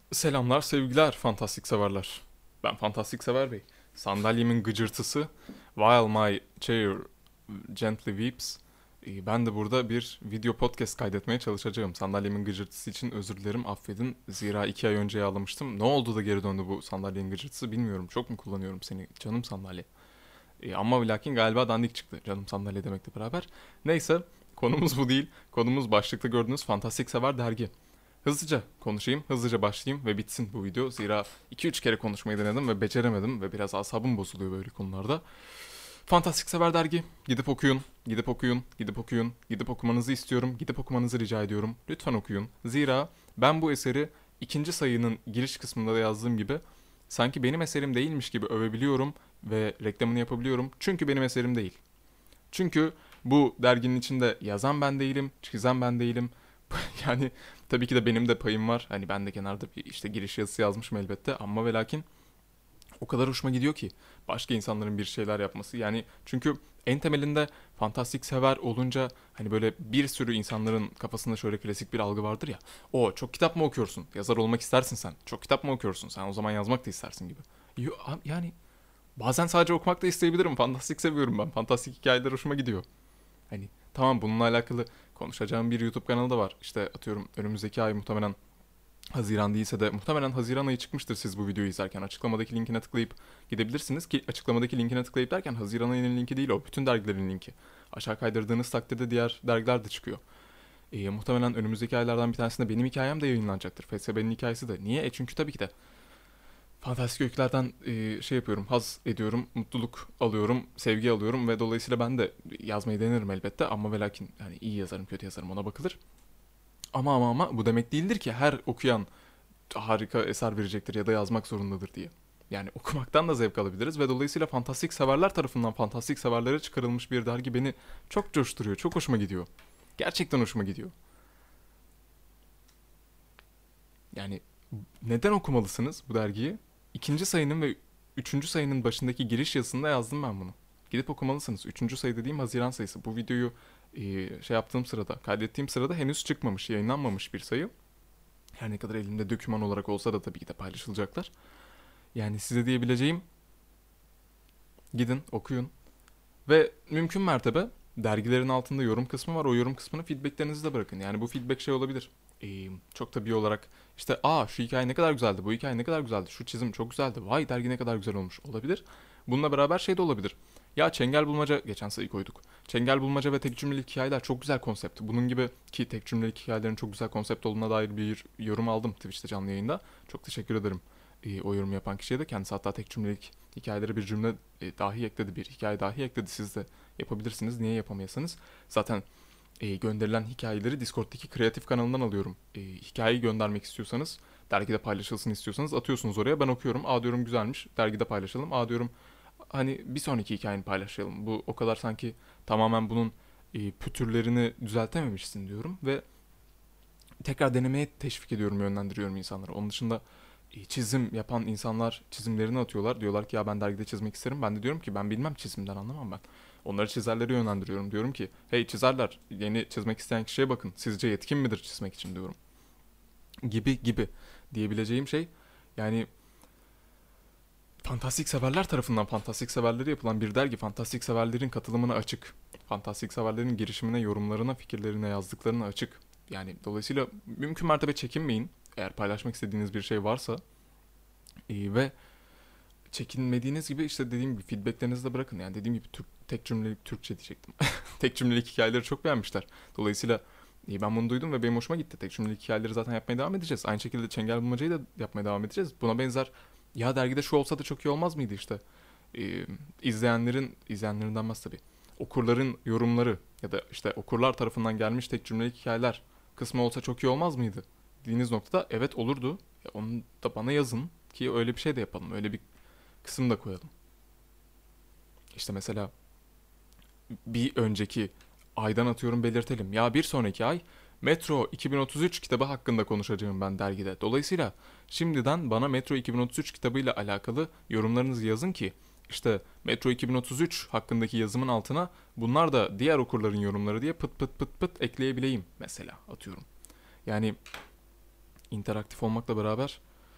Selamlar, sevgiler, fantastik severler. Ben fantastik sever bey. Sandalyemin gıcırtısı, while my chair gently weeps. Ben de burada bir video podcast kaydetmeye çalışacağım. Sandalyemin gıcırtısı için özür dilerim, affedin. Zira 2 ay önce ağlamıştım. Ne oldu da geri döndü bu sandalyenin gıcırtısı bilmiyorum. Çok mu kullanıyorum seni canım sandalye? Ama ve lakin galiba dandik çıktı canım sandalye demekle beraber. Neyse, konumuz bu değil. Konumuz başlıkta gördüğünüz Fantastik Sever dergi. Hızlıca konuşayım, hızlıca başlayayım ve bitsin bu video. Zira 2-3 kere konuşmayı denedim ve beceremedim ve biraz asabım bozuluyor böyle konularda. Fantastik Sever dergi. Gidip okuyun, gidip okuyun, gidip okuyun. Gidip okumanızı istiyorum, gidip okumanızı rica ediyorum. Lütfen okuyun. Zira ben bu eseri ikinci sayının giriş kısmında da yazdığım gibi sanki benim eserim değilmiş gibi övebiliyorum ve reklamını yapabiliyorum. Çünkü benim eserim değil. Çünkü bu derginin içinde yazan ben değilim, çizen ben değilim. Yani tabii ki de benim de payım var. Hani ben de kenarda bir işte giriş yazısı yazmışım elbette. Ama ve lakin o kadar hoşuma gidiyor ki başka insanların bir şeyler yapması. Yani çünkü en temelinde fantastik sever olunca hani böyle bir sürü insanların kafasında şöyle klasik bir algı vardır ya. O çok kitap mı okuyorsun? Yazar olmak istersin sen. Çok kitap mı okuyorsun? Sen o zaman yazmak da istersin gibi. Yani bazen sadece okumak da isteyebilirim. Fantastik seviyorum ben. Fantastik hikayeler hoşuma gidiyor. Hani tamam bununla alakalı konuşacağım bir YouTube kanalı da var. İşte atıyorum önümüzdeki ay muhtemelen Haziran değilse de muhtemelen Haziran ayı çıkmıştır siz bu videoyu izlerken. Açıklamadaki linkine tıklayıp gidebilirsiniz ki açıklamadaki linkine tıklayıp derken Haziran ayının linki değil o. Bütün dergilerin linki. Aşağı kaydırdığınız takdirde diğer dergiler de çıkıyor. Muhtemelen önümüzdeki aylardan bir tanesinde benim hikayem de yayınlanacaktır. FSB'nin hikayesi de. Niye? Çünkü tabii ki de fantastik öykülerden şey yapıyorum, haz ediyorum, mutluluk alıyorum, sevgi alıyorum ve dolayısıyla ben de yazmayı denerim elbette ama ve lakin yani iyi yazarım, kötü yazarım ona bakılır. Ama bu demek değildir ki her okuyan harika eser verecektir ya da yazmak zorundadır diye. Yani okumaktan da zevk alabiliriz ve dolayısıyla fantastik severler tarafından fantastik severlere çıkarılmış bir dergi beni çok coşturuyor, çok hoşuma gidiyor. Gerçekten hoşuma gidiyor. Yani neden okumalısınız bu dergiyi? İkinci sayının ve üçüncü sayının başındaki giriş yazısında yazdım ben bunu. Gidip okumalısınız. Üçüncü sayı dediğim Haziran sayısı. Bu videoyu şey yaptığım sırada, kaydettiğim sırada henüz çıkmamış, yayınlanmamış bir sayı. Her ne kadar elimde doküman olarak olsa da tabii ki de paylaşılacaklar. Yani size diyebileceğim gidin okuyun ve mümkün mertebe dergilerin altında yorum kısmı var. O yorum kısmına feedbacklerinizi de bırakın. Yani bu feedback şey olabilir. Çok tabii olarak işte şu hikaye ne kadar güzeldi, bu hikaye ne kadar güzeldi, şu çizim çok güzeldi, vay dergi ne kadar güzel olmuş olabilir. Bununla beraber şey de olabilir. Ya çengel bulmaca geçen sayı koyduk. Çengel bulmaca ve tek cümlelik hikayeler çok güzel konsept. Bunun gibi ki tek cümlelik hikayelerin çok güzel konsept olduğuna dair bir yorum aldım Twitch'te canlı yayında. Çok teşekkür ederim o yorum yapan kişiye de. Kendisi hatta tek cümlelik hikayelere bir cümle dahi ekledi, bir hikaye dahi ekledi. Siz de yapabilirsiniz. Niye yapamayasınız? Zaten gönderilen hikayeleri Discord'daki kreatif kanalından alıyorum. Hikayeyi göndermek istiyorsanız, dergide paylaşılsın istiyorsanız atıyorsunuz oraya. Ben okuyorum. Aa diyorum güzelmiş. Dergide paylaşalım. Aa diyorum hani bir sonraki hikayeni paylaşalım. Bu o kadar sanki tamamen bunun pütürlerini düzeltememişsin diyorum ve tekrar denemeye teşvik ediyorum, yönlendiriyorum insanları. Onun dışında çizim yapan insanlar çizimlerini atıyorlar. Diyorlar ki ya ben dergide çizmek isterim. Ben de diyorum ki ben bilmem, çizimden anlamam ben. Onları çizerlere yönlendiriyorum. Diyorum ki hey çizerler, yeni çizmek isteyen kişiye bakın. Sizce yetkin midir çizmek için diyorum. Gibi gibi diyebileceğim şey yani fantastik severler tarafından fantastik severlere yapılan bir dergi fantastik severlerin katılımına açık. Fantastik severlerin girişimine, yorumlarına, fikirlerine, yazdıklarına açık. Yani dolayısıyla mümkün mertebe çekinmeyin. Eğer paylaşmak istediğiniz bir şey varsa ve çekinmediğiniz gibi işte dediğim gibi feedbacklerinizi de bırakın. Yani dediğim gibi tek cümlelik Türkçe diyecektim. Tek cümlelik hikayeleri çok beğenmişler. Dolayısıyla ben bunu duydum ve benim hoşuma gitti. Tek cümlelik hikayeleri zaten yapmaya devam edeceğiz. Aynı şekilde Çengel Bulmaca'yı da yapmaya devam edeceğiz. Buna benzer ya dergide şu olsa da çok iyi olmaz mıydı işte. İzleyenlerin denmez tabii. Okurların yorumları ya da işte okurlar tarafından gelmiş tek cümlelik hikayeler kısmı olsa çok iyi olmaz mıydı? Dediğiniz noktada evet olurdu. Onu da bana yazın ki öyle bir şey de yapalım. Öyle bir kısım da koyalım. İşte mesela bir önceki aydan atıyorum belirtelim. Ya bir sonraki ay Metro 2033 kitabı hakkında konuşacağım ben dergide. Dolayısıyla şimdiden bana Metro 2033 kitabıyla alakalı yorumlarınızı yazın ki işte Metro 2033 hakkındaki yazımın altına bunlar da diğer okurların yorumları diye pıt pıt pıt pıt ekleyebileyim mesela atıyorum. Yani interaktif olmakla beraber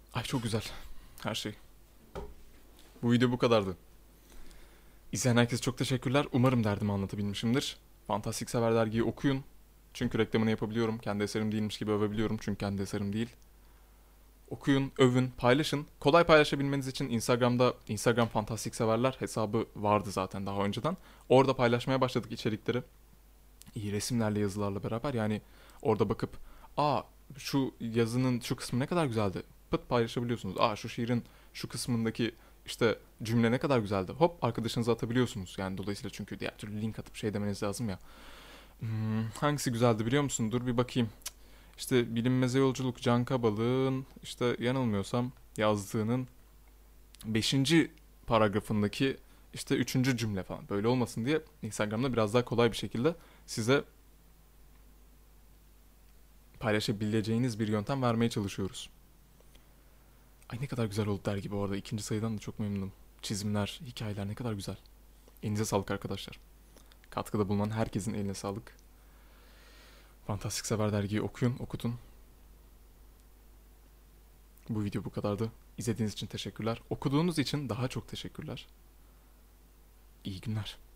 Ay çok güzel. Her şey. Bu video bu kadardı. İzleyen herkese çok teşekkürler. Umarım derdimi anlatabilmişimdir. Fantastik Sever dergiyi okuyun. Çünkü reklamını yapabiliyorum. Kendi eserim değilmiş gibi övebiliyorum. Çünkü kendi eserim değil. Okuyun, övün, paylaşın. Kolay paylaşabilmeniz için Instagram'da Instagram Fantastik Severler hesabı vardı zaten daha önceden. Orada paylaşmaya başladık içerikleri. İyi resimlerle, yazılarla beraber. Yani orada bakıp, aa şu yazının şu kısmı ne kadar güzeldi. Pıt paylaşabiliyorsunuz. Aa şu şiirin şu kısmındaki işte cümle ne kadar güzeldi. Hop arkadaşınıza atabiliyorsunuz. Yani dolayısıyla çünkü diğer türlü link atıp şey demeniz lazım ya. Hangisi güzeldi biliyor musun? Dur bir bakayım. İşte Bilinmeze Yolculuk Can Kabal'ın işte yanılmıyorsam yazdığının beşinci paragrafındaki işte üçüncü cümle falan böyle olmasın diye Instagram'da biraz daha kolay bir şekilde size paylaşabileceğiniz bir yöntem vermeye çalışıyoruz. Ay ne kadar güzel oldu dergi bu arada. İkinci sayıdan da çok memnunum. Çizimler, hikayeler ne kadar güzel. Elinize sağlık arkadaşlar. Katkıda bulunan herkesin eline sağlık. Fantastik Sever dergiyi okuyun, okutun. Bu video bu kadardı. İzlediğiniz için teşekkürler. Okuduğunuz için daha çok teşekkürler. İyi günler.